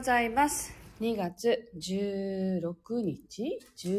ざいます。2月16日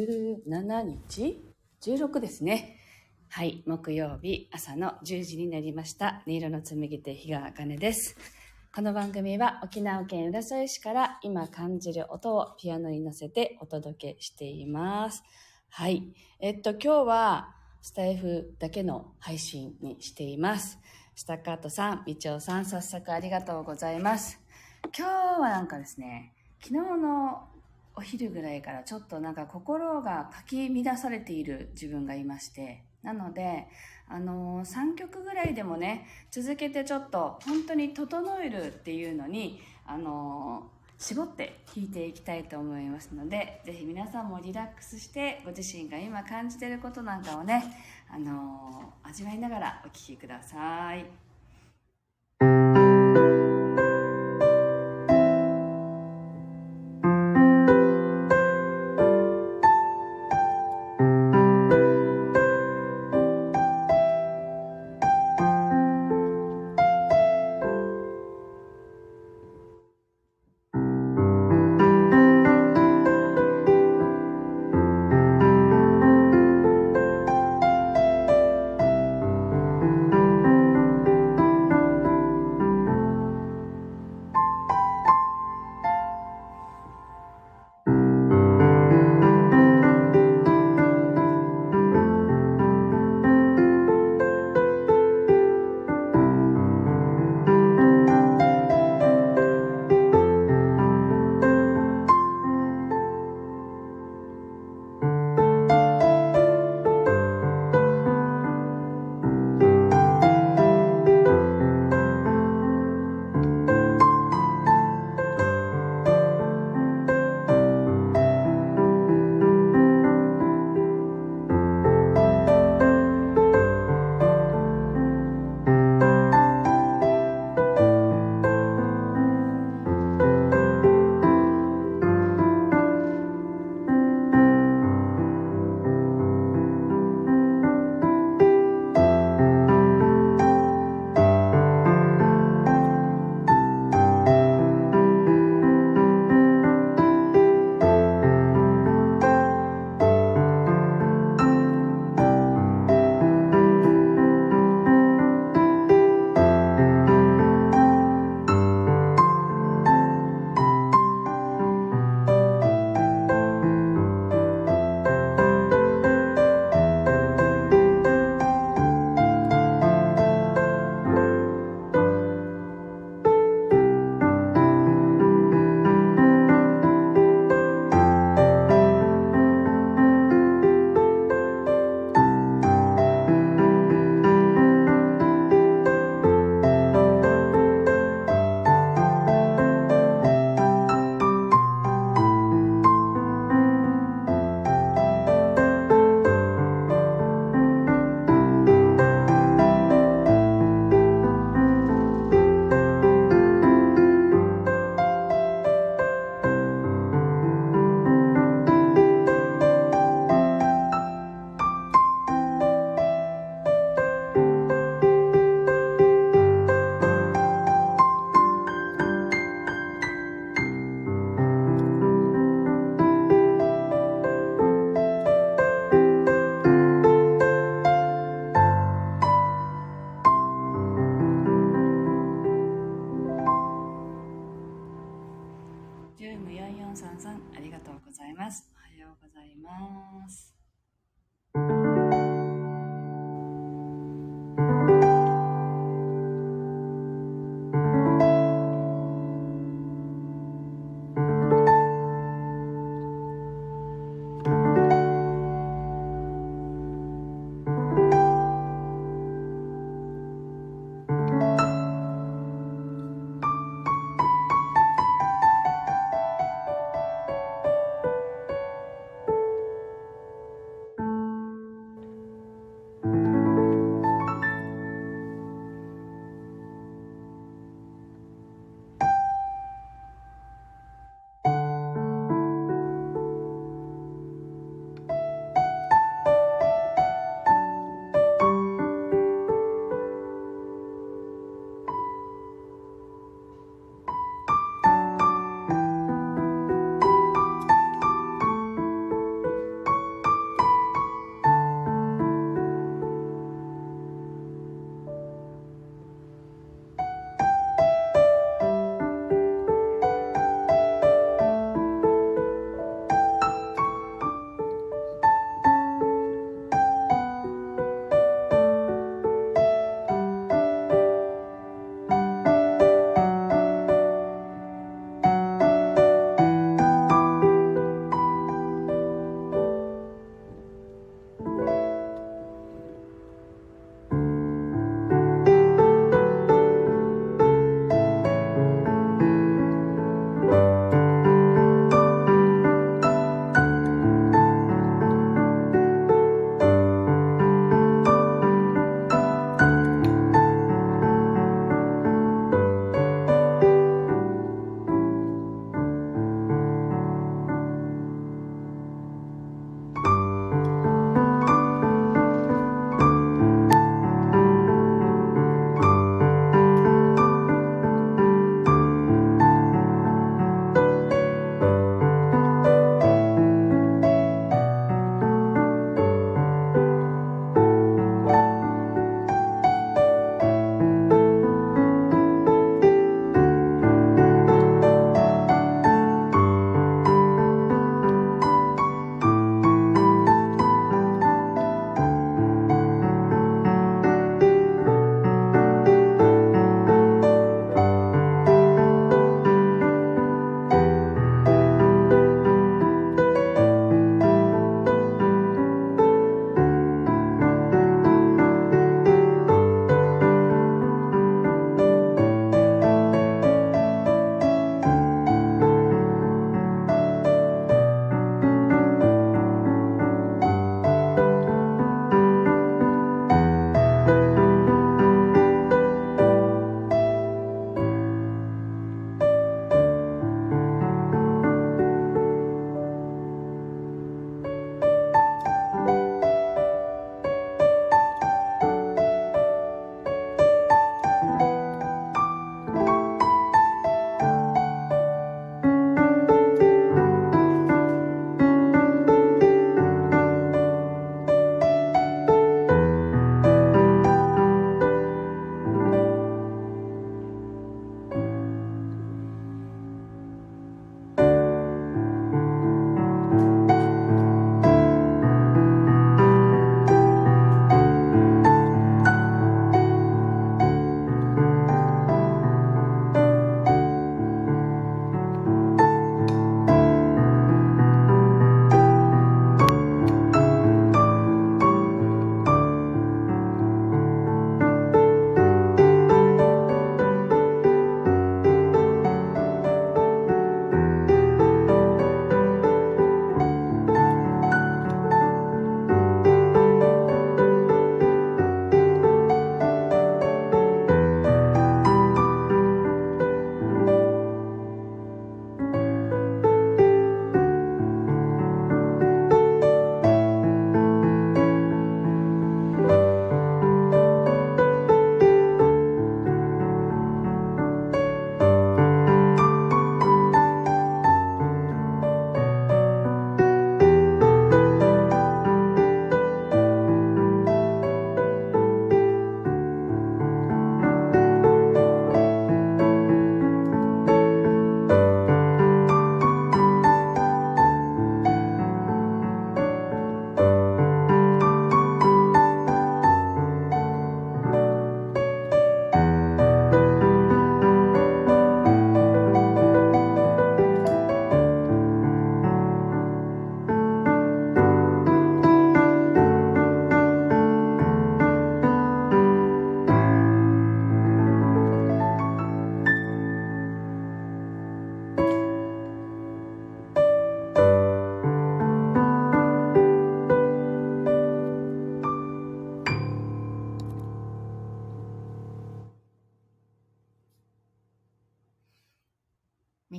?17 日 ?16 ですね。はい、木曜日朝の10時になりました。音色の紡ぎ手、日川茜です。この番組は沖縄県浦添市から今感じる音をピアノに乗せてお届けしています。はい。今日はスタイフだけの配信にしています。スタッカートさん、みちおさん、早速ありがとうございます。今日はなんかですね、昨日のお昼ぐらいからちょっとなんか心がかき乱されている自分がいまして、なので、3曲ぐらいでもね、続けてちょっと本当に整えるっていうのに、絞って弾いていきたいと思いますので、ぜひ皆さんもリラックスしてご自身が今感じていることなんかをね、味わいながらお聴きください。4433ありがとうございます。おはようございます。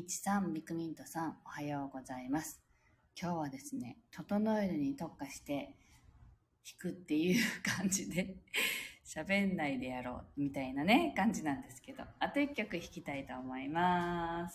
みちさん、みくみんとさん、おはようございます。今日はですね、整えるに特化して弾くっていう感じで喋んないでやろうみたいなね感じなんですけど、あと1曲弾きたいと思います。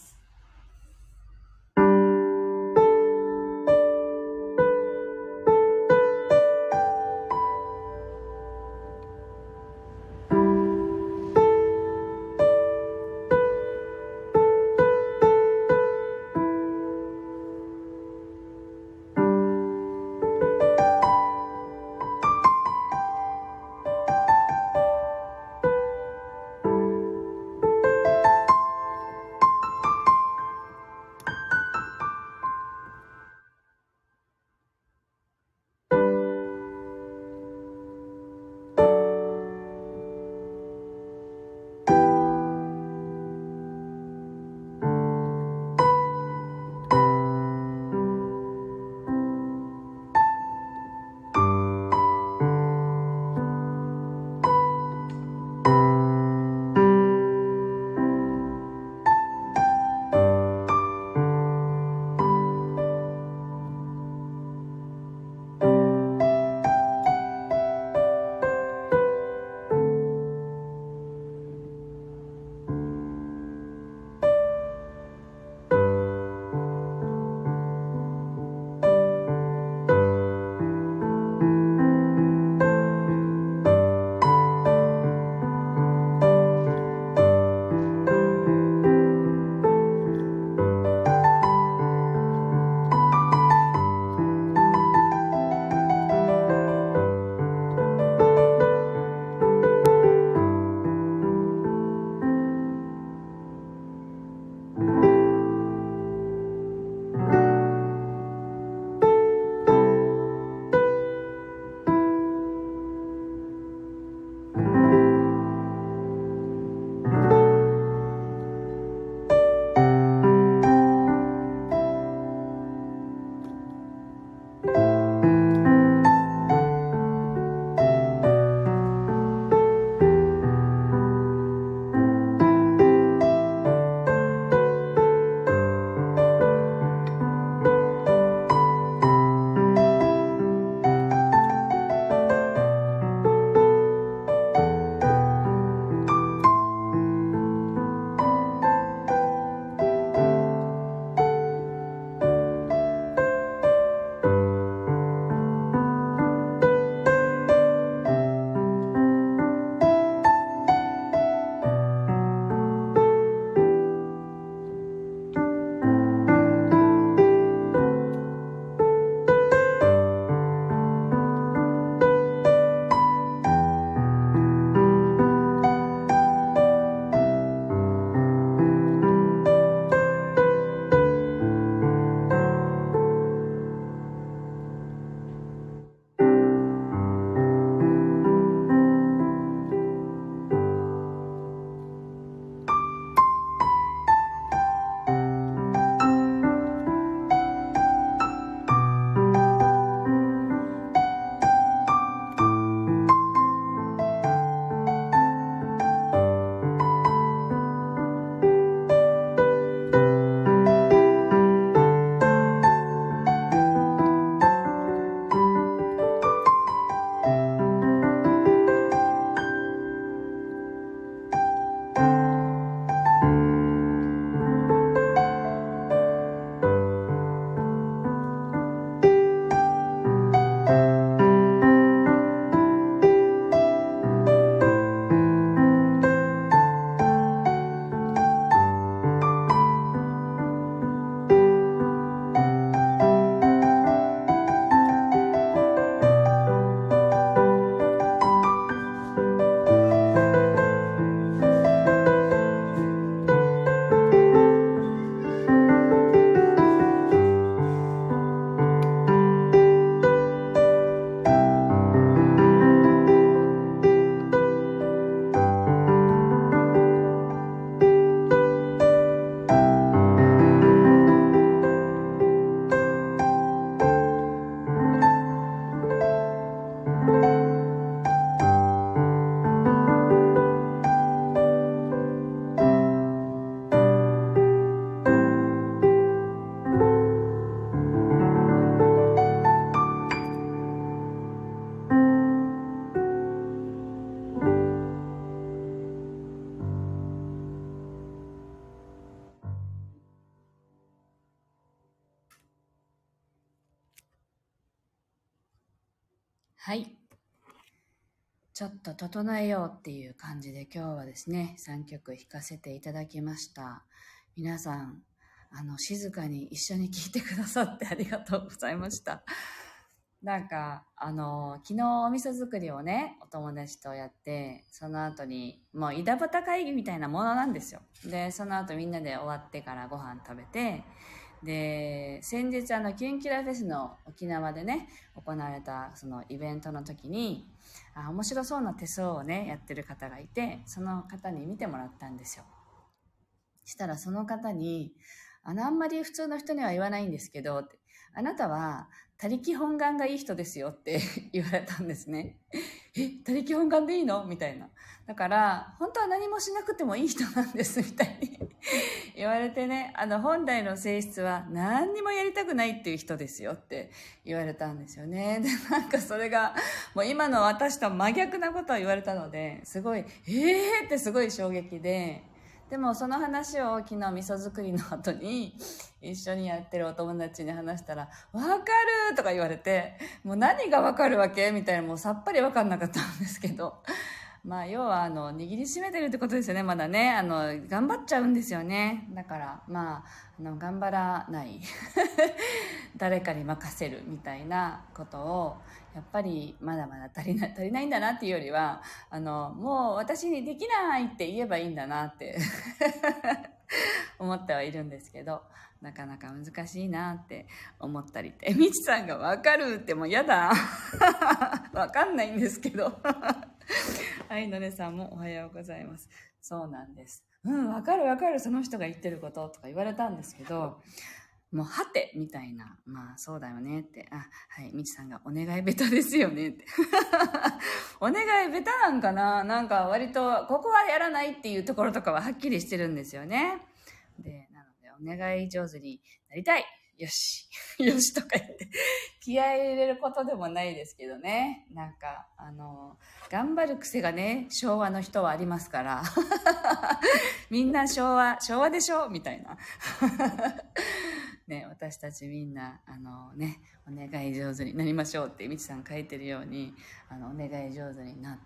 はい。ちょっと整えようっていう感じで今日はですね、3曲弾かせていただきました。皆さん、静かに一緒に聴いてくださってありがとうございました。なんか、昨日お味噌作りをね、お友達とやって、その後に、もう井戸端会議みたいなものなんですよ。で、その後みんなで終わってからご飯食べて、で、先日キュンキラフェスの沖縄でね、行われたそのイベントの時に、面白そうな手相をね、やってる方がいて、その方に見てもらったんですよ。したらその方に、あんまり普通の人には言わないんですけど、あなたは他力本願がいい人ですよって言われたんですね。他力本願でいいのみたいな。だから、本当は何もしなくてもいい人なんです、みたいに言われてね、本来の性質は何にもやりたくないっていう人ですよって言われたんですよね。で、なんかそれが、もう今の私と真逆なことを言われたので、すごい、ってすごい衝撃で、でもその話を昨日味噌作りの後に一緒にやってるお友達に話したら、わかるとか言われて、もう何がわかるわけみたいな、もうさっぱりわかんなかったんですけど。まあ要は握りしめてるってことですよね、まだね。頑張っちゃうんですよね。だから、まあ、頑張らない。誰かに任せるみたいなことを、やっぱりまだまだ足りないんだなっていうよりは、もう私にできないって言えばいいんだなって思ってはいるんですけど、なかなか難しいなって思ったりって。みちさんがわかるってもうやだ。わかんないんですけど。はい、のねさんもおはようございます。そうなんです。わかる、その人が言ってることとか言われたんですけど、もう、はてみたいな。まあ、そうだよねって。はい、みちさんがお願いベタですよねって。お願いベタなんかな。なんか割と、ここはやらないっていうところとかははっきりしてるんですよね。で、なので、お願い上手になりたい。よし。よしとか言って。気合い入れることでもないですけどね。なんか、頑張る癖がね、昭和の人はありますから。みんな昭和でしょみたいな。ね、私たちみんな、お願い上手になりましょうって、みちさん書いてるように、お願い上手になって、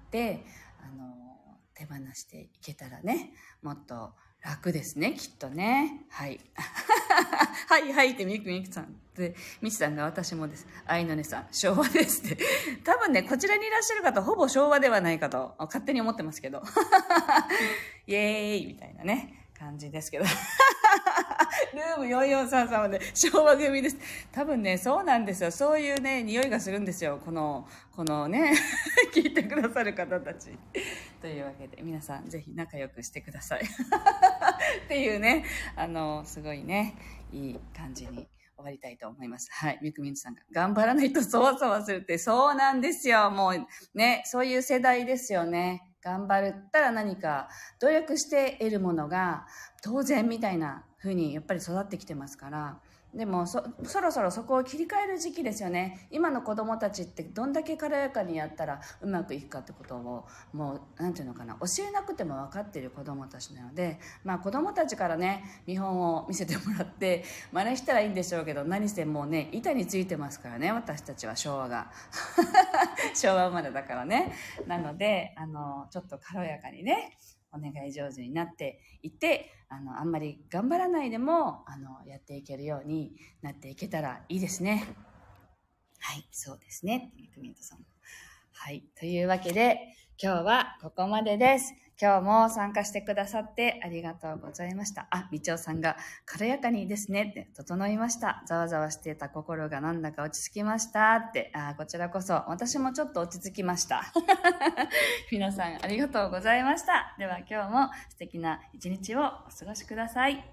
手放していけたらね、もっと楽ですね、きっとね。はい。はいってみくさん。で、みちさんが私もです。あいのねさん、昭和ですって。多分ね、こちらにいらっしゃる方、ほぼ昭和ではないかと、勝手に思ってますけど。イエーイみたいなね、感じですけど。ルーム4433まで昭和組です。多分ね、そうなんですよ。そういうね、匂いがするんですよ。このね、聞いてくださる方たち。というわけで、皆さんぜひ仲良くしてください。っていうね、すごいね、いい感じに終わりたいと思います。はい。みくみんさんが、頑張らないとそわそわするって、そうなんですよ。もうね、そういう世代ですよね。頑張ったら何か努力して得るものが当然みたいな風にやっぱり育ってきてますから、でもそろそろそこを切り替える時期ですよね。今の子供たちってどんだけ軽やかにやったらうまくいくかってことをもうなんていうのかな、教えなくても分かっている子供たちなので、まあ子供たちからね見本を見せてもらって真似したらいいんでしょうけど、何せもうね板についてますからね、私たちは昭和が昭和生まれだからね。なのでちょっと軽やかにねお願い上手になっていって、あんまり頑張らないでも、やっていけるようになっていけたらいいですね。はい、そうですね。ミクミントさんも。はい、というわけで、今日はここまでです。今日も参加してくださってありがとうございました。みちおさんが軽やかにですねって整いました。ざわざわしていた心がなんだか落ち着きましたって。こちらこそ私もちょっと落ち着きました。皆さんありがとうございました。では今日も素敵な一日をお過ごしください。